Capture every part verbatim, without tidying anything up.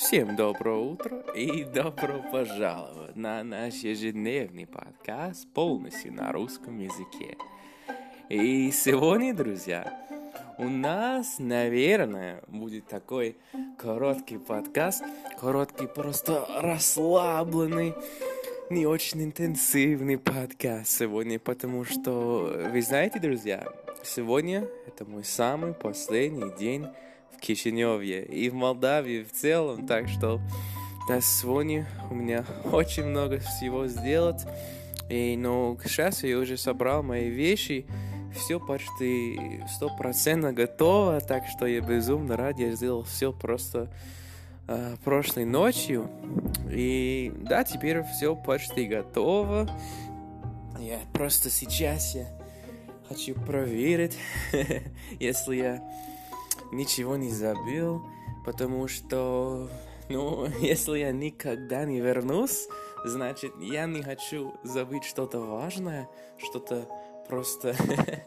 Всем доброе утро и добро пожаловать на наш ежедневный подкаст полностью на русском языке. И сегодня, друзья, у нас, наверное, будет такой короткий подкаст, короткий, просто расслабленный, не очень интенсивный подкаст сегодня, потому что, вы знаете, друзья, сегодня это мой самый последний день в Кишиневе и в Молдавии в целом, так что да, сегодня у меня очень много всего сделать, и, ну, сейчас я уже собрал мои вещи, все почти сто процентов готово, так что я безумно рад, я сделал все просто э, прошлой ночью, и да, теперь все почти готово, я просто сейчас я хочу проверить, если я ничего не забыл, потому что, ну, если я никогда не вернусь, значит, я не хочу забыть что-то важное, что-то просто,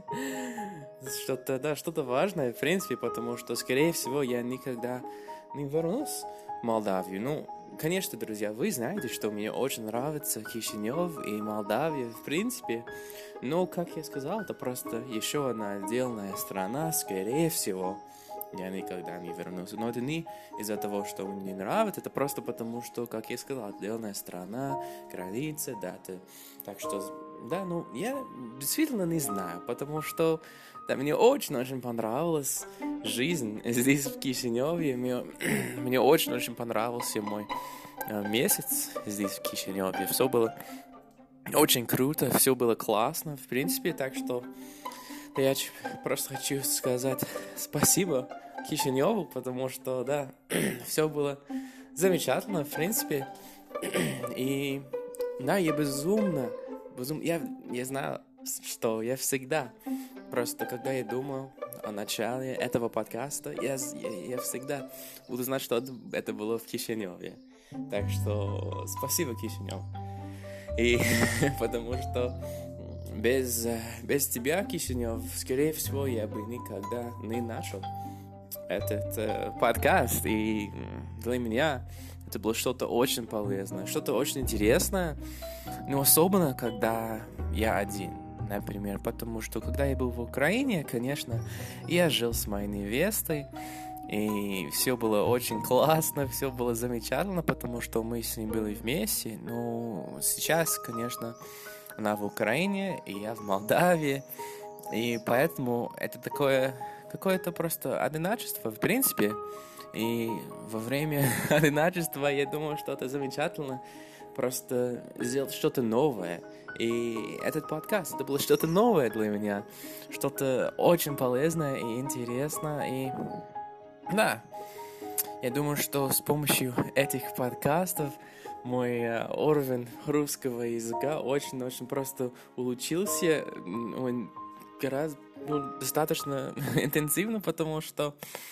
что-то, да, что-то важное, в принципе, потому что, скорее всего, я никогда не вернусь в Молдавию. Ну, конечно, друзья, вы знаете, что мне очень нравится Кишинев и Молдавия, в принципе, но, как я сказал, это просто еще одна отдельная страна, скорее всего. Я никогда не вернусь. Но это не из-за того, что мне не нравится, это просто потому, что, как я сказал, отдельная страна, граница, да, это... так что, да, ну, я действительно не знаю, потому что, да, мне очень-очень понравилась жизнь здесь, в Кишиневе, мне, мне очень-очень понравился мой э, месяц здесь, в Кишиневе, все было очень круто, все было классно, в принципе, так что... Я просто хочу сказать спасибо Кишиневу, потому что, да, все было замечательно, в принципе. И, да, я безумно, безумно, я, я знаю, что я всегда, просто когда я думаю о начале этого подкаста, я, я, я всегда буду знать, что это было в Кишиневе. Так что спасибо, Кишинев. И потому что Без, без тебя, Кишинев, скорее всего, я бы никогда не начал этот э, подкаст. И для меня это было что-то очень полезное, что-то очень интересное. Но особенно, когда я один, например. Потому что, когда я был в Украине, конечно, я жил с моей невестой. И все было очень классно, все было замечательно, потому что мы с ней были вместе. Но сейчас, конечно... Она в Украине, и я в Молдавии, и поэтому это такое какое-то просто одиночество, в принципе, и во время одиночества я думаю, что это замечательно, просто сделать что-то новое, и этот подкаст, это было что-то новое для меня, что-то очень полезное и интересное, и да, я думаю, что с помощью этих подкастов мой э, уровень русского языка очень-очень просто улучшился, он гораздо, ну, достаточно интенсивно, потому что,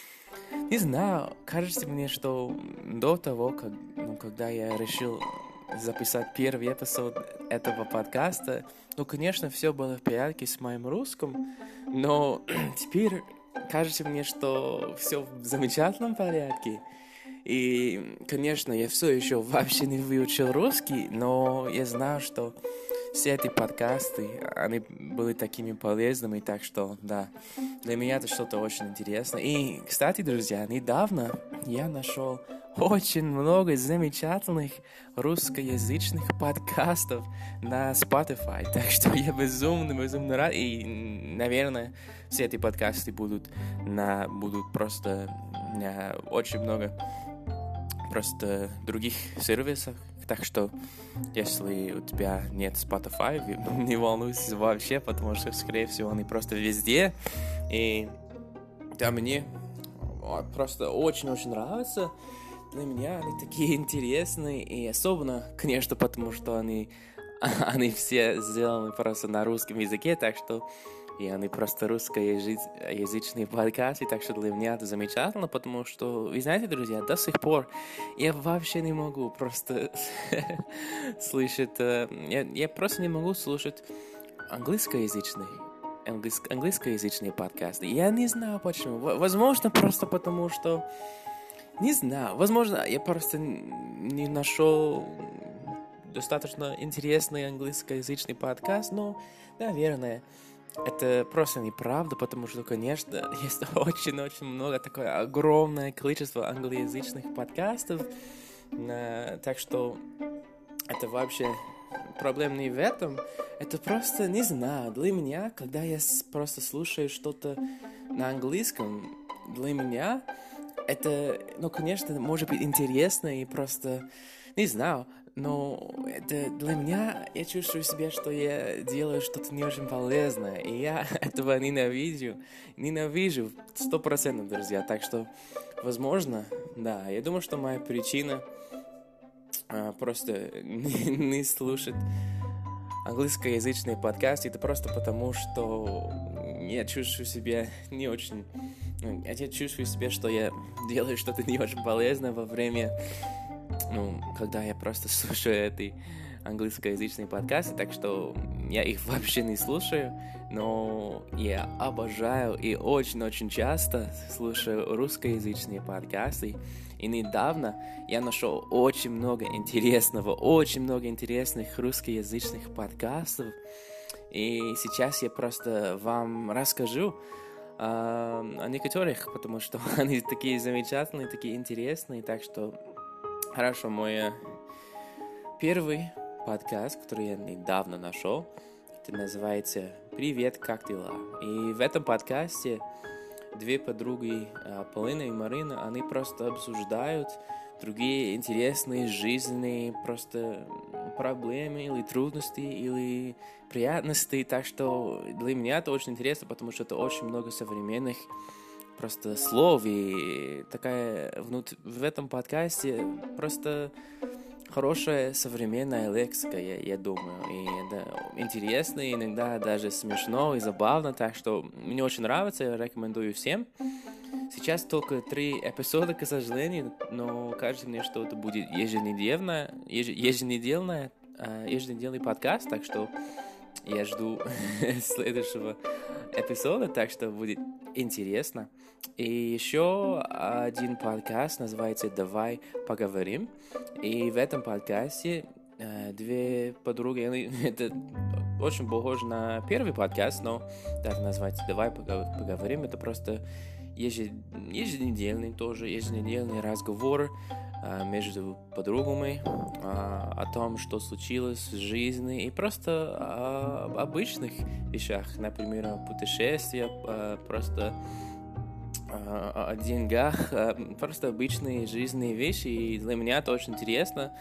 не знаю, кажется мне, что до того, как, ну, когда я решил записать первый эпизод этого подкаста, ну, конечно, все было в порядке с моим русским, но теперь кажется мне, что все в замечательном порядке. И, конечно, я все еще вообще не выучил русский, но я знаю, что все эти подкасты, они были такими полезными, так что, да, для меня это что-то очень интересное. И, кстати, друзья, недавно я нашел очень много замечательных русскоязычных подкастов на Spotify, так что я безумно, безумно рад, и, наверное, все эти подкасты будут, на, будут просто на очень много просто других сервисах, так что если у тебя нет Spotify, не волнуйся вообще, потому что, скорее всего, они просто везде, и да, мне просто очень-очень нравится, для меня они такие интересные, и особенно, конечно, потому что они, они все сделаны просто на русском языке, так что и они просто русскоязычные подкасты, так что для меня это замечательно, потому что, вы знаете, друзья, до сих пор я вообще не могу просто слышать, я, я просто не могу слушать английскоязычные, английскоязычные подкасты. Я не знаю почему, возможно, просто потому что Не знаю, возможно, я просто не нашел достаточно интересный английскоязычный подкаст, но, наверное, это просто неправда, потому что, конечно, есть очень-очень много, такое огромное количество англоязычных подкастов, э, так что это вообще проблема не в этом, это просто, не знаю, для меня, когда я просто слушаю что-то на английском, для меня это, ну, конечно, может быть интересно и просто, не знаю, но это для меня, я чувствую себя, что я делаю что-то не очень полезное, и я этого ненавижу, ненавижу сто процентов, друзья, так что, возможно, да, я думаю, что моя причина а, просто не, не слушать английскоязычные подкасты, это просто потому, что я чувствую себя не очень, я чувствую себя, что я делаю что-то не очень полезное во время, ну, когда я просто слушаю эти английскоязычные подкасты, так что я их вообще не слушаю, но я обожаю и очень-очень часто слушаю русскоязычные подкасты. И недавно я нашел очень много интересного, очень много интересных русскоязычных подкастов. И сейчас я просто вам расскажу э, о некоторых, потому что они такие замечательные, такие интересные. Так что, хорошо, мой первый подкаст, который я недавно нашел, это называется «Привет, как дела?». И в этом подкасте две подруги, Полина и Марина, они просто обсуждают другие интересные жизненные просто проблемы или трудности, или приятности. Так что для меня это очень интересно, потому что это очень много современных просто слов. И такая внут... в этом подкасте просто хорошая современная лексика, я, я думаю. И это интересно, и иногда даже смешно и забавно. Так что мне очень нравится, я рекомендую всем. Сейчас только три эпизода, к сожалению, но кажется мне, что это будет еженедельно, еж, еженедельно, еженедельный подкаст, так что я жду следующего эпизода, так что будет интересно. И еще один подкаст называется «Давай поговорим». И в этом подкасте э, две подруги, они, это очень похоже на первый подкаст, но так называется «Давай поговорим». Это просто еженедельный тоже, еженедельный разговор э, между подругами э, о том, что случилось в жизни, и просто о обычных вещах, например, о путешествиях, э, просто о деньгах, просто обычные жизненные вещи, и для меня это очень интересно.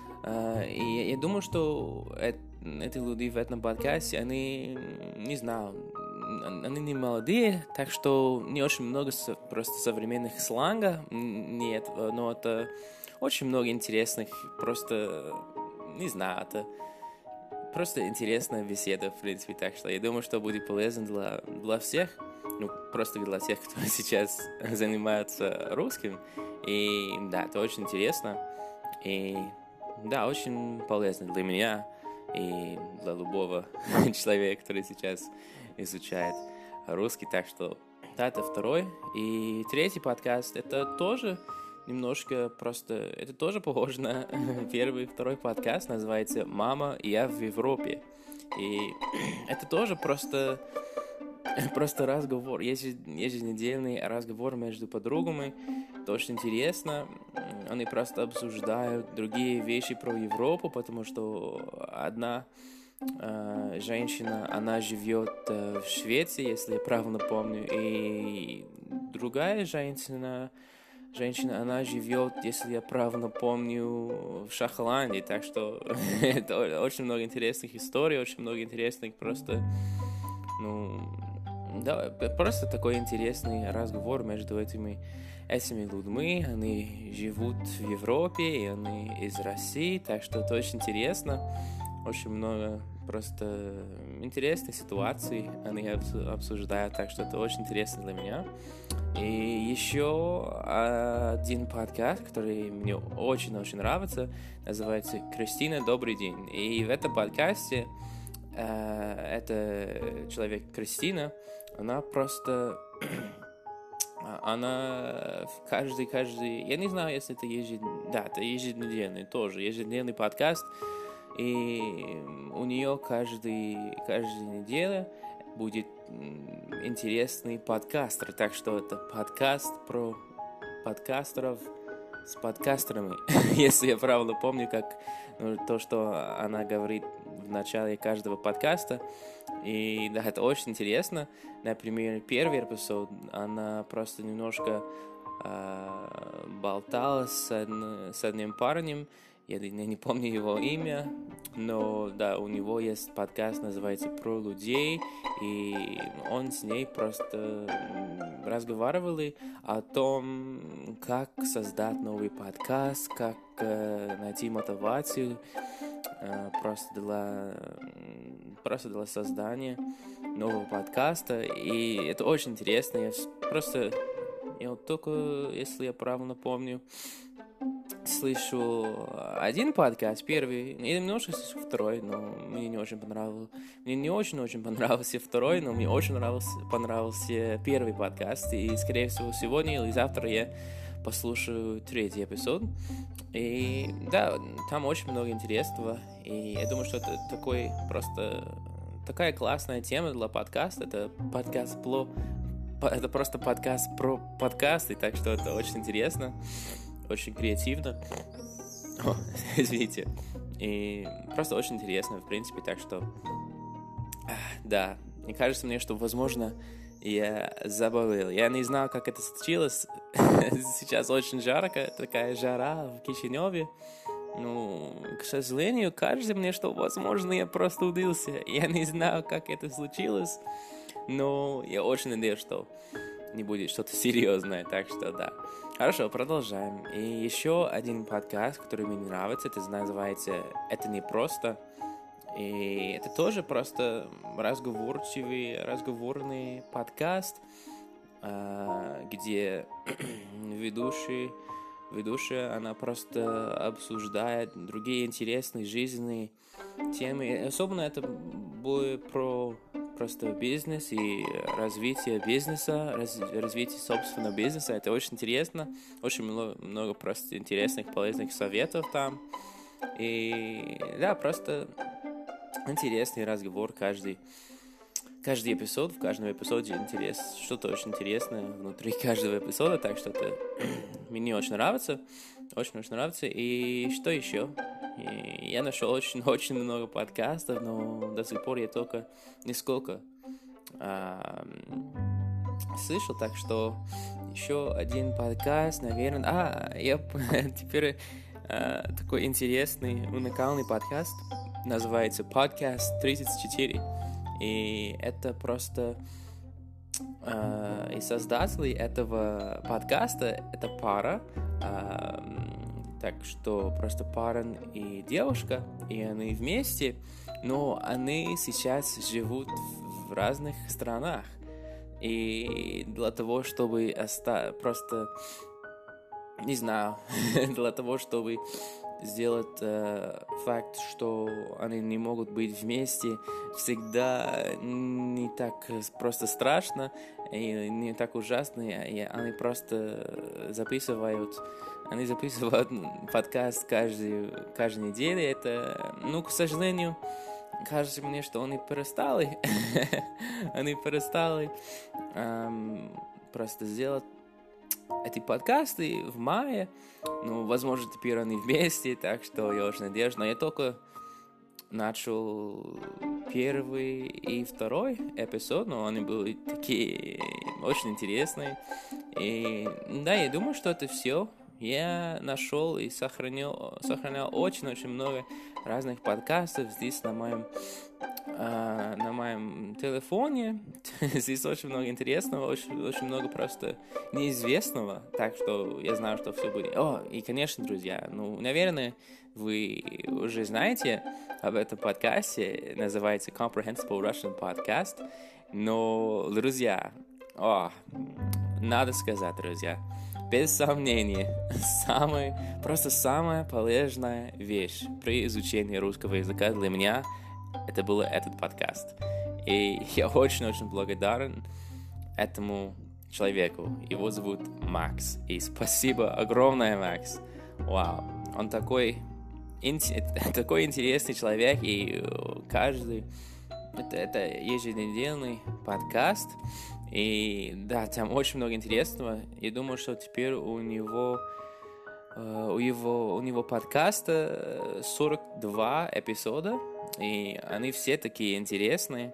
И я думаю, что эти люди в этом подкасте, они, не знаю, они не молодые, так что не очень много просто современных сленга нет, но это очень много интересных, просто, не знаю, это просто интересная беседа, в принципе, так что я думаю, что будет полезно для, для всех. Ну, просто для тех, кто сейчас занимается русским. И да, это очень интересно. И да, очень полезно для меня и для любого человека, который сейчас изучает русский. Так что да, это второй. И третий подкаст, это тоже немножко просто, это тоже похоже на первый и второй подкаст. Называется «Мама, я в Европе». И это тоже просто... Просто разговор, еженедельный разговор между подругами. Это очень интересно. Они просто обсуждают другие вещи про Европу, потому что одна э, женщина, она живет э, в Швеции, если я правильно помню, и другая женщина, женщина, она живет, если я правильно помню, в Шотландии. Так что это очень много интересных историй, очень много интересных просто, ну... Да, просто такой интересный разговор между этими, этими людьми. Они живут в Европе, и они из России, так что это очень интересно. Очень много просто интересных ситуаций они обсуждают, так что это очень интересно для меня. И еще один подкаст, который мне очень-очень нравится, называется «Кристина, добрый день». И в этом подкасте э, это человек Кристина, она просто Она каждый, каждый, я не знаю, если это ежедневный, да, это еженедельный тоже, ежедневный подкаст, и у нее каждый, каждую неделю будет интересный подкастер, так что это подкаст про подкастеров с подкастерами, если я правильно помню, как ну, то, что она говорит в начале каждого подкаста. И да, это очень интересно. Например, первый эпизод, она просто немножко э, болтала с, од... с одним парнем, я не помню его имя, но да, у него есть подкаст, называется «Про людей», и он с ней просто разговаривали о том, как создать новый подкаст, как э, найти мотивацию э, просто для, просто для создания нового подкаста, и это очень интересно. Я просто, я вот только, если я правильно помню, слышу один подкаст, первый, и немножко слышу второй, но мне не очень понравился. Мне не очень-очень понравился второй, но мне очень понравился, понравился первый подкаст. И, скорее всего, сегодня или завтра я послушаю третий эпизод. И да, там очень много интересного. И я думаю, что это такой просто такая классная тема для подкаста. Это подкаст про... Это просто подкаст про подкасты, так что это очень интересно. Очень креативно. О, извините. И просто очень интересно, в принципе, так что... Да, мне кажется мне, что, возможно, я заболел. Я не знал, как это случилось. Сейчас очень жарко, такая жара в Кишиневе. Ну, к сожалению, кажется мне, что, возможно, я простудился. Я не знаю, как это случилось, но я очень надеюсь, что не будет что-то серьезное, так что да. Хорошо, продолжаем. И еще один подкаст, который мне нравится, это называется «Это не просто». И это тоже просто разговорчивый, разговорный подкаст, где ведущий, ведущая, она просто обсуждает другие интересные жизненные темы. И особенно это будет про просто бизнес и развитие бизнеса, раз, развитие собственного бизнеса. Это очень интересно. Очень много, много просто интересных, полезных советов там. И да, просто интересный разговор каждый. Каждый эпизод, в каждом эпизоде интерес, что-то очень интересное внутри каждого эпизода, так что это мне очень нравится, очень-очень нравится. И что еще? И я нашел очень-очень много подкастов, но до сих пор я только нисколько а, слышал, так что еще один подкаст, наверное. А, я теперь а, такой интересный, уникальный подкаст, называется «Подкаст тридцать четыре». И это просто э, и создатели этого подкаста это пара, э, так что просто парень и девушка, и они вместе, но они сейчас живут в разных странах. И для того, чтобы оста- просто, не знаю, для того, чтобы сделать э, факт, что они не могут быть вместе, всегда не так просто страшно и не так ужасно, и они просто записывают, они записывают подкаст каждый, каждую неделю. Это, ну, к сожалению, кажется мне, что они перестали, они перестали эм, просто сделать эти подкасты в мае. Ну, возможно, теперь они вместе, так что я очень надеюсь. Но я только начал первый и второй эпизод, но они были такие очень интересные. И да, я думаю, что это все. Я нашел и сохранил, сохранял очень-очень много разных подкастов здесь на моем Uh, на моем телефоне. Здесь очень много интересного, очень, очень много просто неизвестного, так что я знаю, что все будет. О, и, конечно, друзья, ну, наверное, вы уже знаете об этом подкасте, называется Comprehensible Russian Podcast, но, друзья, о, надо сказать, друзья, без сомнения, самая, просто самая полезная вещь при изучении русского языка для меня это был этот подкаст. И я очень-очень благодарен этому человеку. Его зовут Макс. И спасибо огромное, Макс. Вау, он такой, такой интересный человек, и каждый... Это, это еженедельный подкаст, и да, там очень много интересного. Я думаю, что теперь у него, э, у его, у него подкаста сорок два эпизода, и они все такие интересные.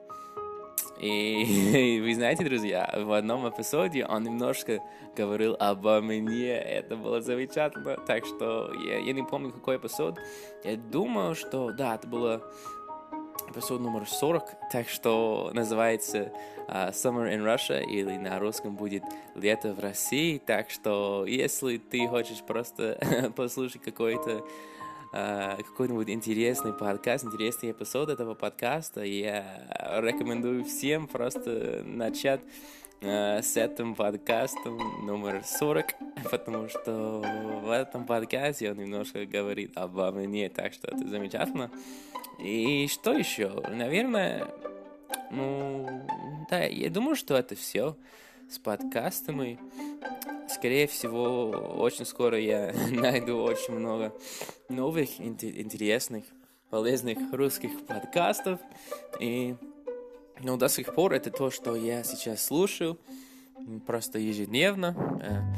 И вы знаете, друзья, в одном эпизоде он немножко говорил обо мне. Это было замечательно. Так что я, я не помню, какой эпизод. Я думаю, что да, это было эпизод номер сорок, так что называется uh, Summer in Russia, или на русском будет Лето в России. Так что если ты хочешь просто послушать какой-то uh, какой-нибудь интересный подкаст, интересный эпизод этого подкаста, я рекомендую всем просто начать uh, с этим подкастом номер сорок, потому что в этом подкасте он немножко говорит обо мне, так что это замечательно. И что еще? Наверное, ну, да, я думаю, что это все с подкастами. Скорее всего, очень скоро я найду очень много новых, интересных, полезных русских подкастов. И, ну, до сих пор это то, что я сейчас слушаю, просто ежедневно.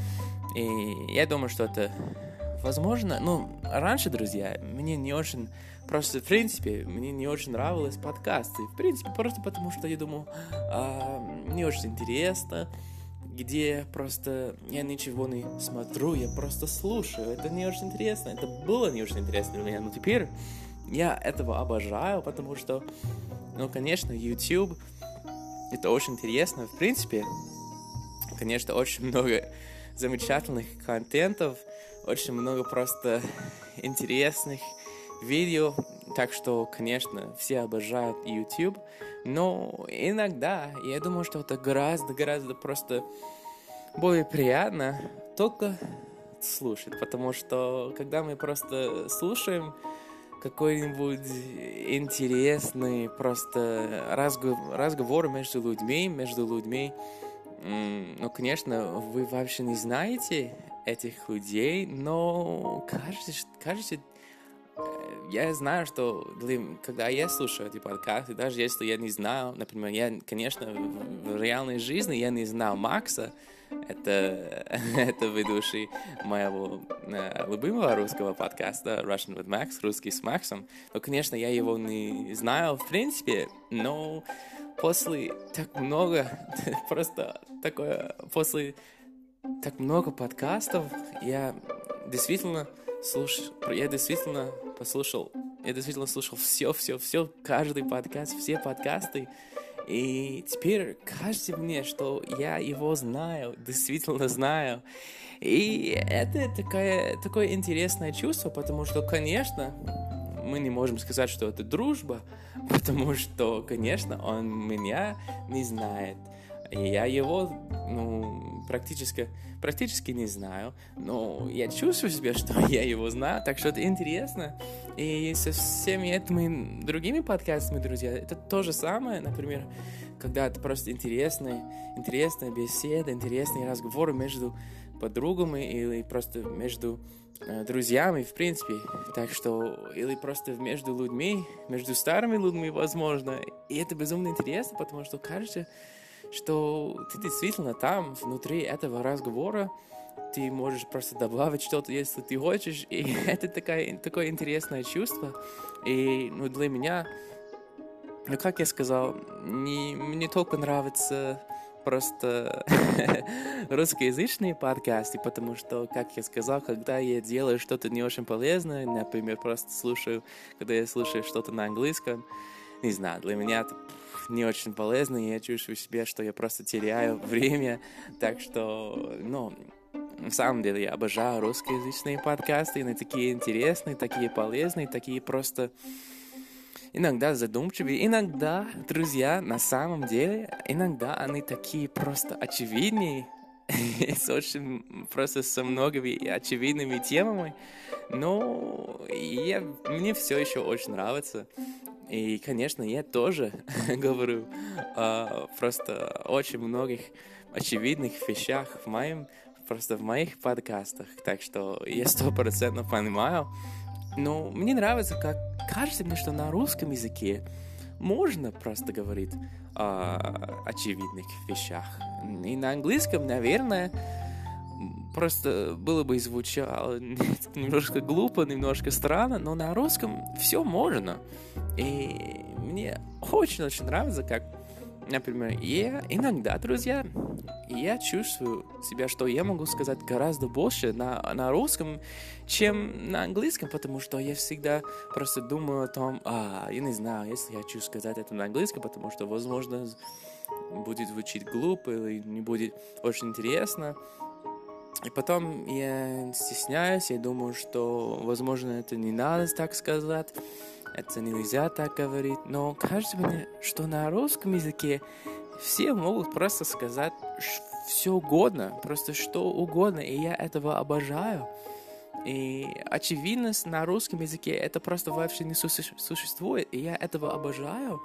И я думаю, что это возможно. Ну, раньше, друзья, мне не очень... Просто, в принципе, мне не очень нравились подкасты. В принципе, просто потому, что я думал, а, мне очень интересно, где просто я ничего не смотрю, я просто слушаю. Это не очень интересно. Это было не очень интересно для меня. Но теперь я этого обожаю, потому что, ну, конечно, YouTube это очень интересно. В принципе, конечно, очень много замечательных контентов, очень много просто интересных видео, так что, конечно, все обожают YouTube, но иногда я думаю, что это гораздо-гораздо просто более приятно только слушать, потому что когда мы просто слушаем какой-нибудь интересный просто разговор, разговор между людьми, между людьми, ну, конечно, вы вообще не знаете этих людей, но кажется, кажется, я знаю, что для, когда я слушаю эти подкасты, даже если я не знаю, например, я, конечно, в, в реальной жизни я не знал Макса, это, это ведущий моего э, любимого русского подкаста Russian with Max, русский с Максом, но, конечно, я его не знаю в принципе, но после так много, просто такое, после так много подкастов, я действительно слушал, я действительно послушал, я действительно слушал все, все, все, каждый подкаст, все подкасты, и теперь кажется мне, что я его знаю, действительно знаю, и это такое, такое интересное чувство, потому что, конечно, мы не можем сказать, что это дружба, потому что, конечно, он меня не знает. И я его, ну, практически, практически не знаю, но я чувствую себе, что я его знаю, так что это интересно. И со всеми этими другими подкастами, друзья, это то же самое, например, когда это просто интересная, интересная беседа, интересные разговоры между подругами или просто между э, друзьями, в принципе. Так что, или просто между людьми, между старыми людьми, возможно. И это безумно интересно, потому что кажется, что ты действительно там, внутри этого разговора, ты можешь просто добавить что-то, если ты хочешь, и это такое, такое интересное чувство. И, ну, для меня, ну, как я сказал, не, мне только нравится просто русскоязычные подкасты, потому что, как я сказал, когда я делаю что-то не очень полезное, например, просто слушаю, когда я слушаю что-то на английском, не знаю, для меня это не очень полезно, и я чувствую себе, что я просто теряю время, так что, ну, на самом деле я обожаю русскоязычные подкасты, они такие интересные, такие полезные, такие просто иногда задумчивые, иногда, друзья, на самом деле, иногда они такие просто очевидные, с очень, просто со многими очевидными темами, но я, мне все еще очень нравится. И, конечно, я тоже говорю о просто очень многих очевидных вещах в моем, просто в моих подкастах. Так что я сто процентов понимаю. Но мне нравится, как кажется мне, что на русском языке можно просто говорить о очевидных вещах. И на английском, наверное, просто было бы звучало немножко глупо, немножко странно, но на русском все можно. И мне очень-очень нравится, как, например, я иногда, друзья, я чувствую себя, что я могу сказать гораздо больше на, на русском, чем на английском, потому что я всегда просто думаю о том, а, я не знаю, если я хочу сказать это на английском, потому что, возможно, будет звучить глупо или не будет очень интересно. И потом я стесняюсь, я думаю, что, возможно, это не надо так сказать, это нельзя так говорить, но кажется мне, что на русском языке все могут просто сказать все угодно, просто что угодно, и я этого обожаю. И очевидность на русском языке это просто вообще не существует, и я этого обожаю.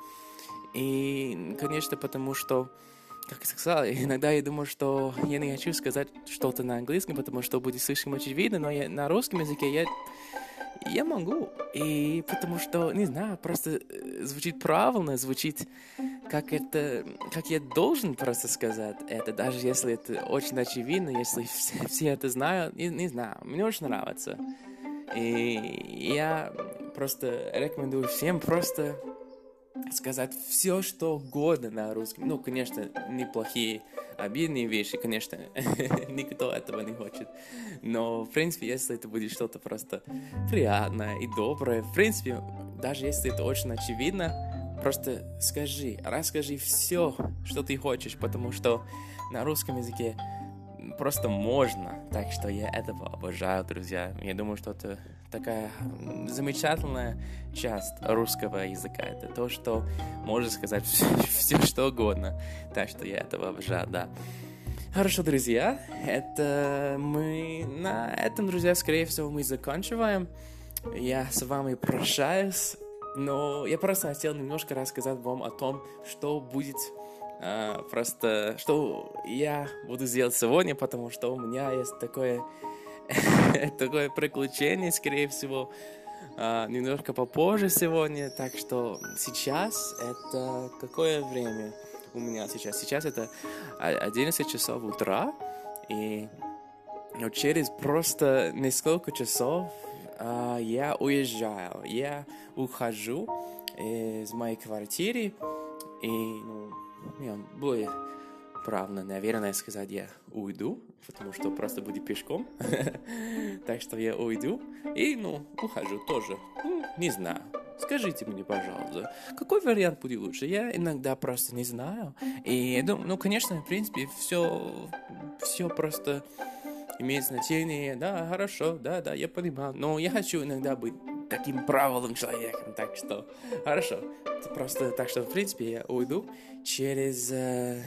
И, конечно, потому что, как я сказал, иногда я думаю, что я не хочу сказать что-то на английском, потому что будет слишком очевидно, но я, на русском языке я, я могу. И потому что, не знаю, просто звучит правильно, звучит как это, как я должен просто сказать это, даже если это очень очевидно, если все, все это знают, не, не знаю, мне очень нравится. И я просто рекомендую всем просто сказать все, что угодно на русском. Ну, конечно, неплохие, обидные вещи, конечно, никто этого не хочет. Но, в принципе, если это будет что-то просто приятное и доброе, в принципе, даже если это очень очевидно, просто скажи, расскажи все, что ты хочешь, потому что на русском языке просто можно. Так что я этого обожаю, друзья. Я думаю, что это такая замечательная часть русского языка. Это то, что можно сказать все, что угодно. Так что я этого обожаю, да. Хорошо, друзья. Это мы на этом, друзья, скорее всего, мы заканчиваем. Я с вами прощаюсь. Но я просто хотел немножко рассказать вам о том, что будет а, просто, что я буду делать сегодня, потому что у меня есть такое, такое приключение, скорее всего, а, немножко попозже сегодня. Так что сейчас это какое время у меня сейчас? Сейчас это одиннадцать часов утра, и ну, через просто несколько часов Uh, я уезжаю, я ухожу из моей квартиры, и, ну, я более правильно, наверное, сказать, я уйду, потому что просто буду пешком, так что я уйду, и, ну, ухожу тоже, ну, не знаю. Скажите мне, пожалуйста, какой вариант будет лучше? Я иногда просто не знаю, и, ну, конечно, в принципе, все, все просто имеет значение, да, хорошо, да, да, я понимаю, но я хочу иногда быть таким правильным человеком, так что, хорошо, это просто, так что, в принципе, я уйду через, э,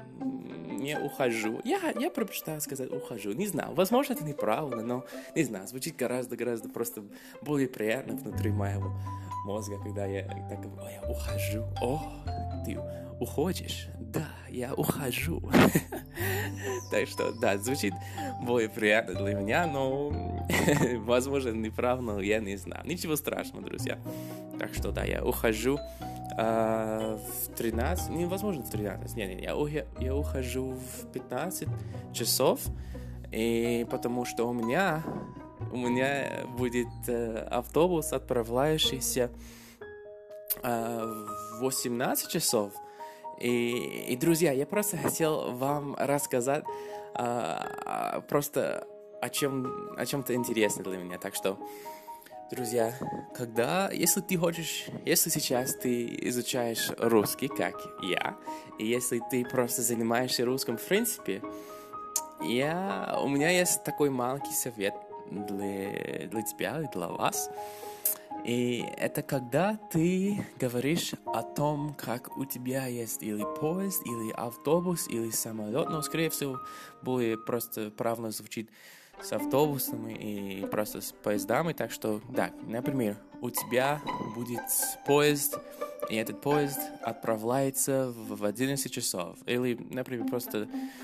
я ухожу, я, я предпочитаю сказать ухожу, не знаю, возможно, это неправильно, но, не знаю, звучит гораздо-гораздо просто более приятно внутри моего мозга, когда я так говорю, я ухожу, о, ты уходишь, да, я ухожу. Так что, да, звучит более приятно для меня, но, возможно, неправильно, я не знаю. Ничего страшного, друзья. Так что, да, я ухожу а, в тринадцать, невозможно в тринадцать, не, не, я, я ухожу в пятнадцать часов, и потому что у меня, у меня будет а, автобус, отправляющийся а, в восемнадцать часов. И, и, друзья, я просто хотел вам рассказать а, просто о, чем, о чем-то интересном для меня. Так что, друзья, когда, если ты хочешь, если сейчас ты изучаешь русский, как я, и если ты просто занимаешься русским в принципе, я, у меня есть такой маленький совет для, для тебя и для вас. И это когда ты говоришь о том, как у тебя есть или поезд, или автобус, или самолет, но, скорее всего, более просто правильно звучит с автобусами и просто с поездами. Так что, да, например, у тебя будет поезд, и этот поезд отправляется в одиннадцать часов. Или, например, просто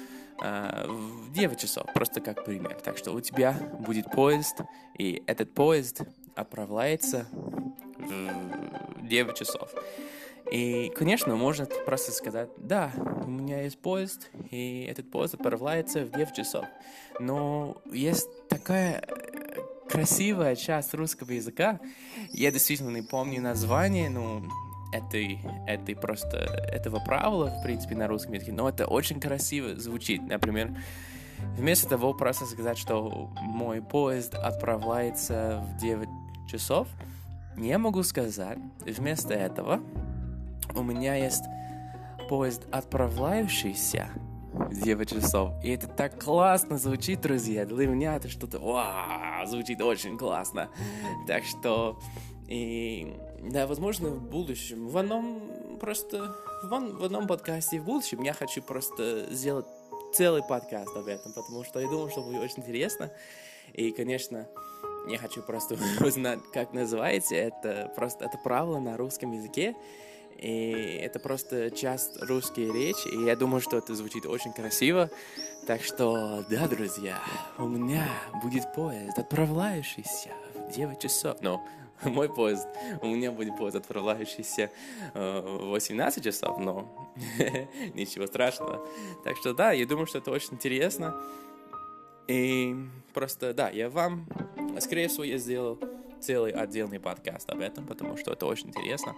а, в девять часов, просто как пример. Так что у тебя будет поезд, и этот поезд отправляется в девять часов. И, конечно, можно просто сказать, да, у меня есть поезд, и этот поезд отправляется в девять часов. Но есть такая красивая часть русского языка, я действительно не помню название, но этой, этой просто, этого правила, в принципе, на русском языке, но это очень красиво звучит. Например, вместо того просто сказать, что мой поезд отправляется в девять часов, я могу сказать, вместо этого у меня есть поезд, отправляющийся в девять часов. И это так классно звучит, друзья. Для меня это что-то вау, звучит очень классно. Так что, и, да, возможно, в будущем, в одном просто, в, он, в одном подкасте в будущем я хочу просто сделать целый подкаст об этом, потому что я думаю, что будет очень интересно. И, конечно, я хочу просто узнать, как называется это, просто это правило на русском языке. И это просто часть русской речи, и я думаю, что это звучит очень красиво. Так что, да, друзья, у меня будет поезд, отправляющийся в девять часов. Ну, мой поезд, у меня будет поезд, отправляющийся э, в восемнадцать часов, но ничего страшного. Так что, да, я думаю, что это очень интересно. И просто, да, я вам, скорее всего, я сделал целый отдельный подкаст об этом, потому что это очень интересно.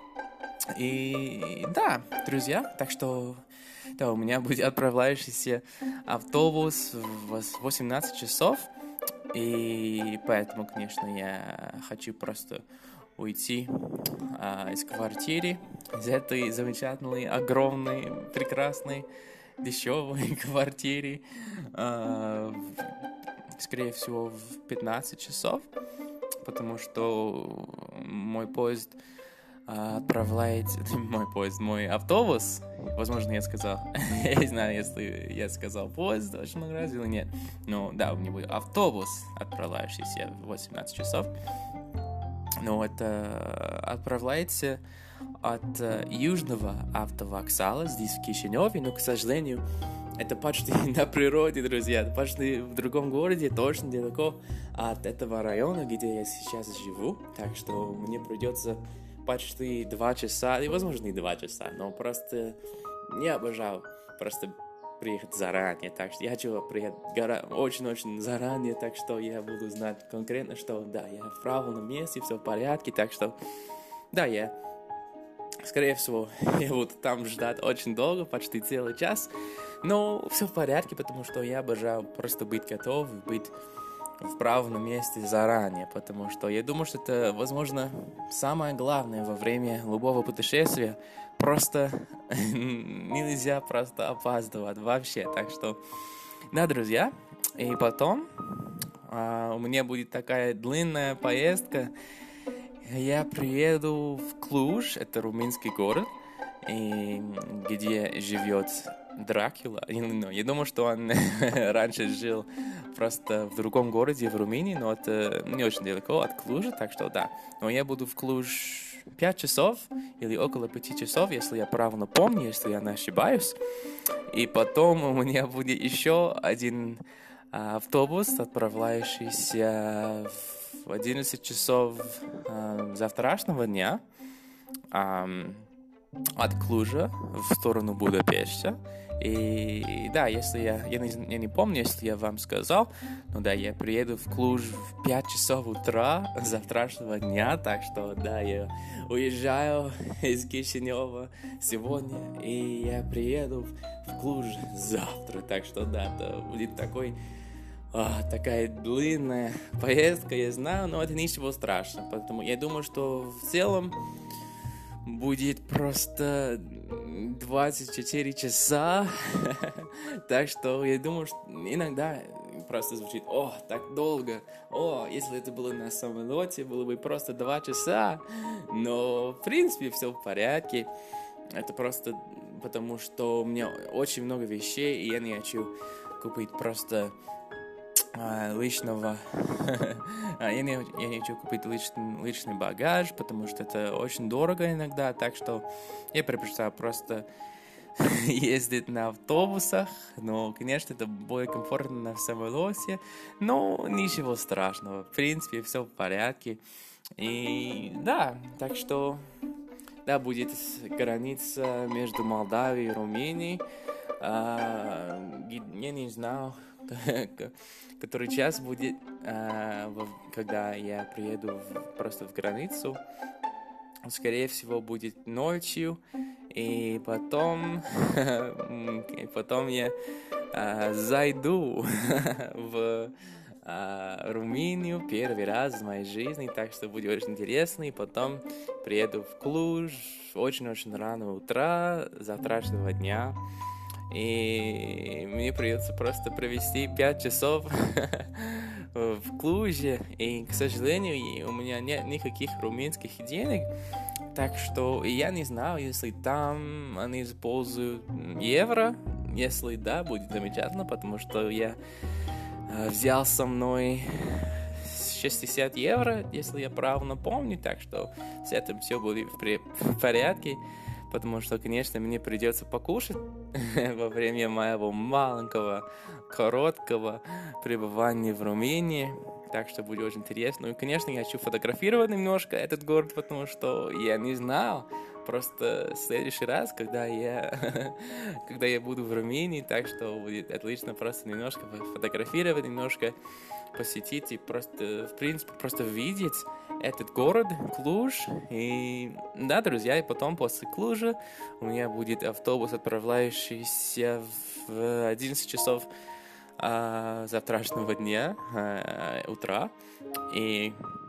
И да, друзья, так что да, у меня будет отправляющийся автобус в восемнадцать часов, и поэтому, конечно, я хочу просто уйти а, из квартиры, из этой замечательной, огромной, прекрасной, дешевой квартиры, а, скорее всего, в пятнадцать часов, потому что мой поезд отправляет мой поезд, мой автобус. Возможно, я сказал, я не знаю, если я сказал поезд очень много раз или нет. Но да, у меня будет автобус, отправляющийся в восемнадцать часов. Но это отправляется от южного автовокзала здесь в Кишиневе, но, к сожалению, это почти на природе, друзья, это почти в другом городе, точно далеко от этого района, где я сейчас живу. Так что мне придется почти два часа, и, возможно, не два часа, но просто не обожал просто приехать заранее, так что я хочу приехать гора... очень-очень заранее, так что я буду знать конкретно, что да, я в правильном месте, все в порядке, так что да, я, скорее всего, я буду там ждать очень долго, почти целый час, но все в порядке, потому что я обожаю просто быть готов, быть в правильном месте заранее, потому что я думаю, что это, возможно, самое главное во время любого путешествия. Просто нельзя просто опаздывать вообще. Так что, да, друзья, и потом а, у меня будет такая длинная поездка. Я приеду в Клуж, это румынский город, и, где живет Дракула. Я думаю, что он раньше жил просто в другом городе, в Румынии, но это не очень далеко от Клужа, так что да. Но я буду в Клуж пять часов или около пяти часов, если я правильно помню, если я не ошибаюсь. И потом у меня будет еще один а, автобус, отправляющийся в одиннадцать часов а, завтрашнего дня а, от Клужа в сторону Будапешта. И да, если я, я не, я не помню, если я вам сказал, но да, я приеду в Клуж в пять часов утра завтрашнего дня, так что да, я уезжаю из Кишинева сегодня, и я приеду в Клуж завтра, так что да, это будет такой, а, такая длинная поездка, я знаю, но это ничего страшного, поэтому я думаю, что в целом будет просто двадцать четыре часа, так что я думаю, что иногда просто звучит, о, так долго, о, если это было на самолете, было бы просто два часа, но в принципе все в порядке, это просто потому, что у меня очень много вещей, и я не хочу купить просто личного, я, не, я не хочу купить личный, личный багаж, потому что это очень дорого иногда, так что я предпочитаю просто ездить на автобусах, но, конечно, это более комфортно на самолете, но ничего страшного, в принципе, все в порядке. И да, так что, да, будет граница между Молдавией и Румынией. А, я не знаю, который час будет, а, когда я приеду в, просто в границу. Скорее всего, будет ночью, и потом, и потом я а, зайду в а, Румынию первый раз в моей жизни, так что будет очень интересно. И потом приеду в Клуж очень-очень рано утра завтрашнего дня. И мне придется просто провести пять часов в Клуже. И, к сожалению, у меня нет никаких румынских денег. Так что я не знаю, если там они используют евро. Если да, будет замечательно, потому что я взял со мной шестьдесят евро, если я правильно помню. Так что с этим все будет в порядке. Потому что, конечно, мне придется покушать во время моего маленького, короткого пребывания в Румынии. Так что будет очень интересно. Ну и, конечно, я хочу фотографировать немножко этот город, потому что я не знал. Просто в следующий раз, когда я, когда я буду в Румынии, так что будет отлично просто немножко фотографировать, немножко посетить и просто, в принципе, просто видеть этот город, Клуж. И да, друзья, и потом после Клужа у меня будет автобус, отправляющийся в одиннадцать часов а, завтрашнего дня, а, утра. И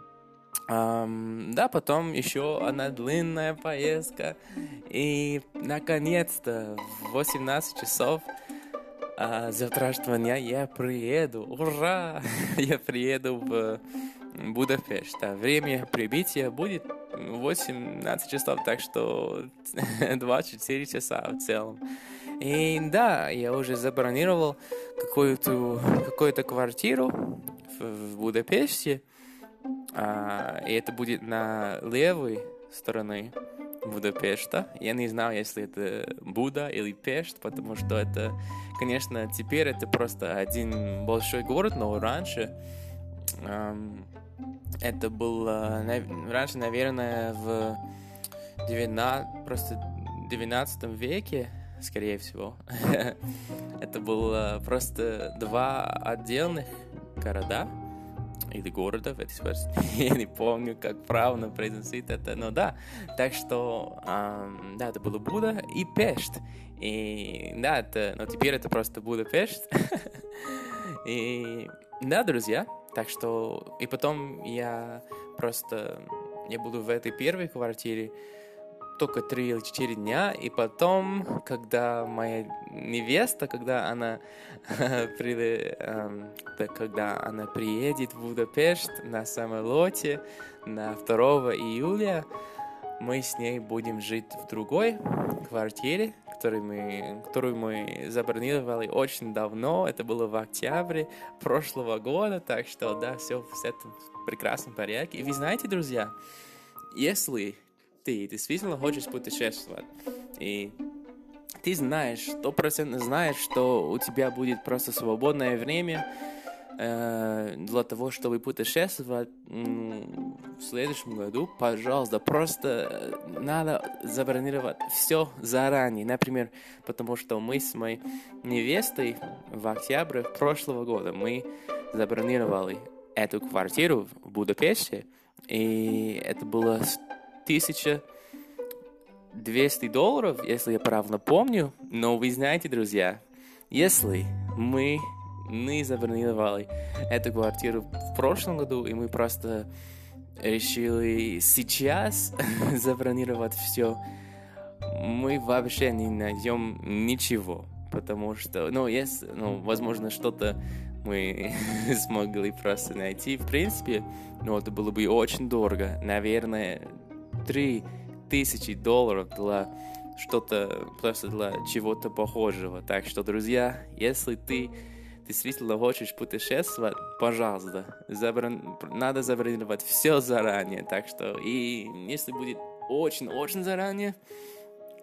Um, да, потом еще одна длинная поездка. И, наконец-то, в восемнадцать часов uh, завтрашнего дня я приеду. Ура! Я приеду в Будапешт. А время прибытия будет восемнадцать часов, так что двадцать четыре часа в целом. И да, я уже забронировал какую-то, какую-то квартиру в, в Будапеште. А, и это будет на левой стороне Будапешта. Я не знаю, если это Буда или Пешт, потому что это, конечно, теперь это просто один большой город, но раньше эм, это было, раньше, наверное, в девятнадцатом, просто девятнадцатом веке, скорее всего. Это было просто два отдельных города. Или городов, я не помню, как правильно произносить это, но да, так что, эм, да, это было Буда и Пешт, и да, это, но теперь это просто Будапешт, и да, друзья, так что, и потом я просто, я буду в этой первой квартире только три или четыре дня, и потом, когда моя невеста, когда она, когда она приедет в Будапешт на самолете на второго июля, мы с ней будем жить в другой квартире, которую мы, которую мы забронировали очень давно. Это было в октябре прошлого года, так что, да, все в этом прекрасном порядке. И вы знаете, друзья, если ты действительно хочешь путешествовать, и ты знаешь, стопроцентно знаешь, что у тебя будет просто свободное время э, для того, чтобы путешествовать м- в следующем году, пожалуйста, просто надо забронировать все заранее. Например, потому что мы с моей невестой в октябре прошлого года мы забронировали эту квартиру в Будапеште, и это было тысяча двести долларов, если я правильно помню. Но вы знаете, друзья, если мы не забронировали эту квартиру в прошлом году, и мы просто решили сейчас забронировать все, мы вообще не найдем ничего. Потому что, ну, если, ну, возможно, что-то мы смогли просто найти. В принципе, но это было бы очень дорого. Наверное, три тысячи долларов для что-то, просто для чего-то похожего. Так что, друзья, если ты действительно хочешь путешествовать, пожалуйста, заброн... надо забронировать все заранее. Так что, и если будет очень-очень заранее,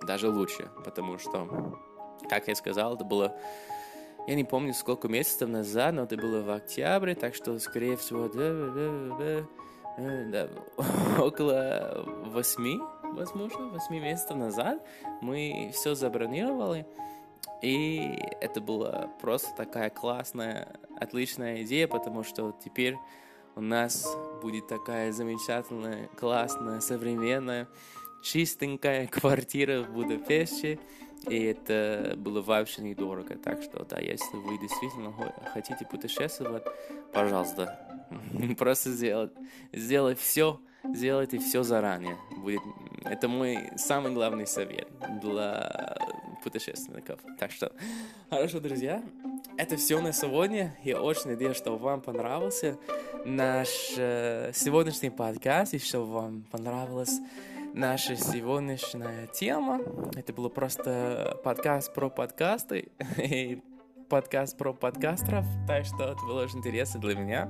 даже лучше, потому что, как я сказал, это было, я не помню, сколько месяцев назад, но это было в октябре, так что, скорее всего, да, да, да, да, около восьми, возможно, восьми месяцев назад мы все забронировали, и это была просто такая классная, отличная идея, потому что теперь у нас будет такая замечательная, классная, современная, чистенькая квартира в Будапеште, и это было вообще недорого. Так что, да, если вы действительно хотите путешествовать, пожалуйста, просто сделать, сделать все, сделайте все заранее. Будет, это мой самый главный совет для путешественников. Так что, хорошо, друзья, это все на сегодня. Я очень надеюсь, что вам понравился наш э, сегодняшний подкаст, и что вам понравилась наша сегодняшняя тема. Это был просто подкаст про подкасты и подкаст про подкастеров, так что это было очень интересно для меня.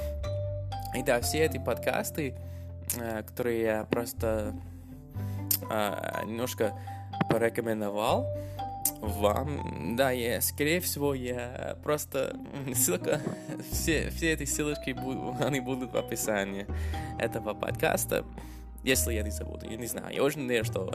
И да, все эти подкасты, э, которые я просто э, немножко порекомендовал вам, да, я, скорее всего, я просто ссылка, все, все эти ссылочки, они будут в описании этого подкаста, если я не забуду, я не знаю, я очень надеюсь, что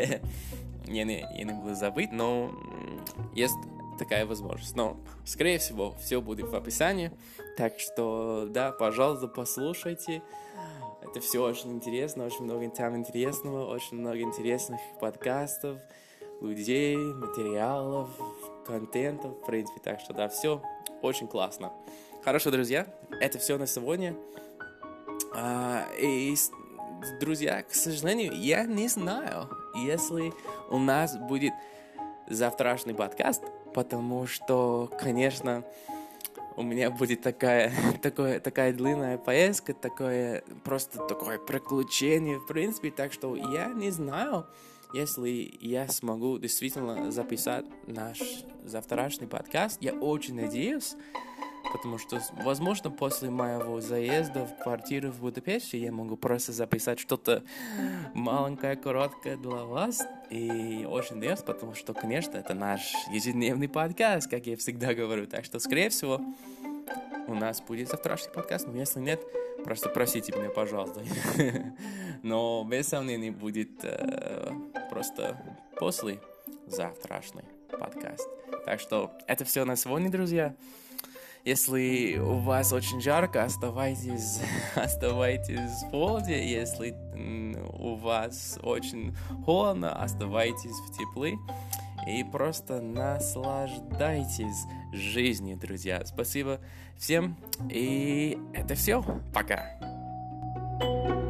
я, не, я не буду забыть, но есть такая возможность, но, скорее всего, все будет в описании, так что, да, пожалуйста, послушайте, это все очень интересно, очень много там интересного, очень много интересных подкастов, людей, материалов, контентов, в принципе, так что, да, все очень классно. Хорошо, друзья, это все на сегодня. А, и, друзья, к сожалению, я не знаю, если у нас будет завтрашний подкаст, потому что, конечно, у меня будет такая, такое, такая длинная поездка, такое, просто такое приключение, в принципе, так что я не знаю, если я смогу действительно записать наш завтрашний подкаст. Я очень надеюсь, потому что, возможно, после моего заезда в квартиру в Будапеште я могу просто записать что-то маленькое, короткое для вас. И очень надеюсь, потому что, конечно, это наш ежедневный подкаст, как я всегда говорю. Так что, скорее всего, у нас будет завтрашний подкаст. Но если нет, просто просите меня, пожалуйста. Но без сомнений будет э, просто после завтрашний подкаст. Так что это все на сегодня, друзья. Если у вас очень жарко, оставайтесь, оставайтесь в холоде. Если у вас очень холодно, оставайтесь в тепле. И просто наслаждайтесь жизнью, друзья. Спасибо всем. И это все. Пока.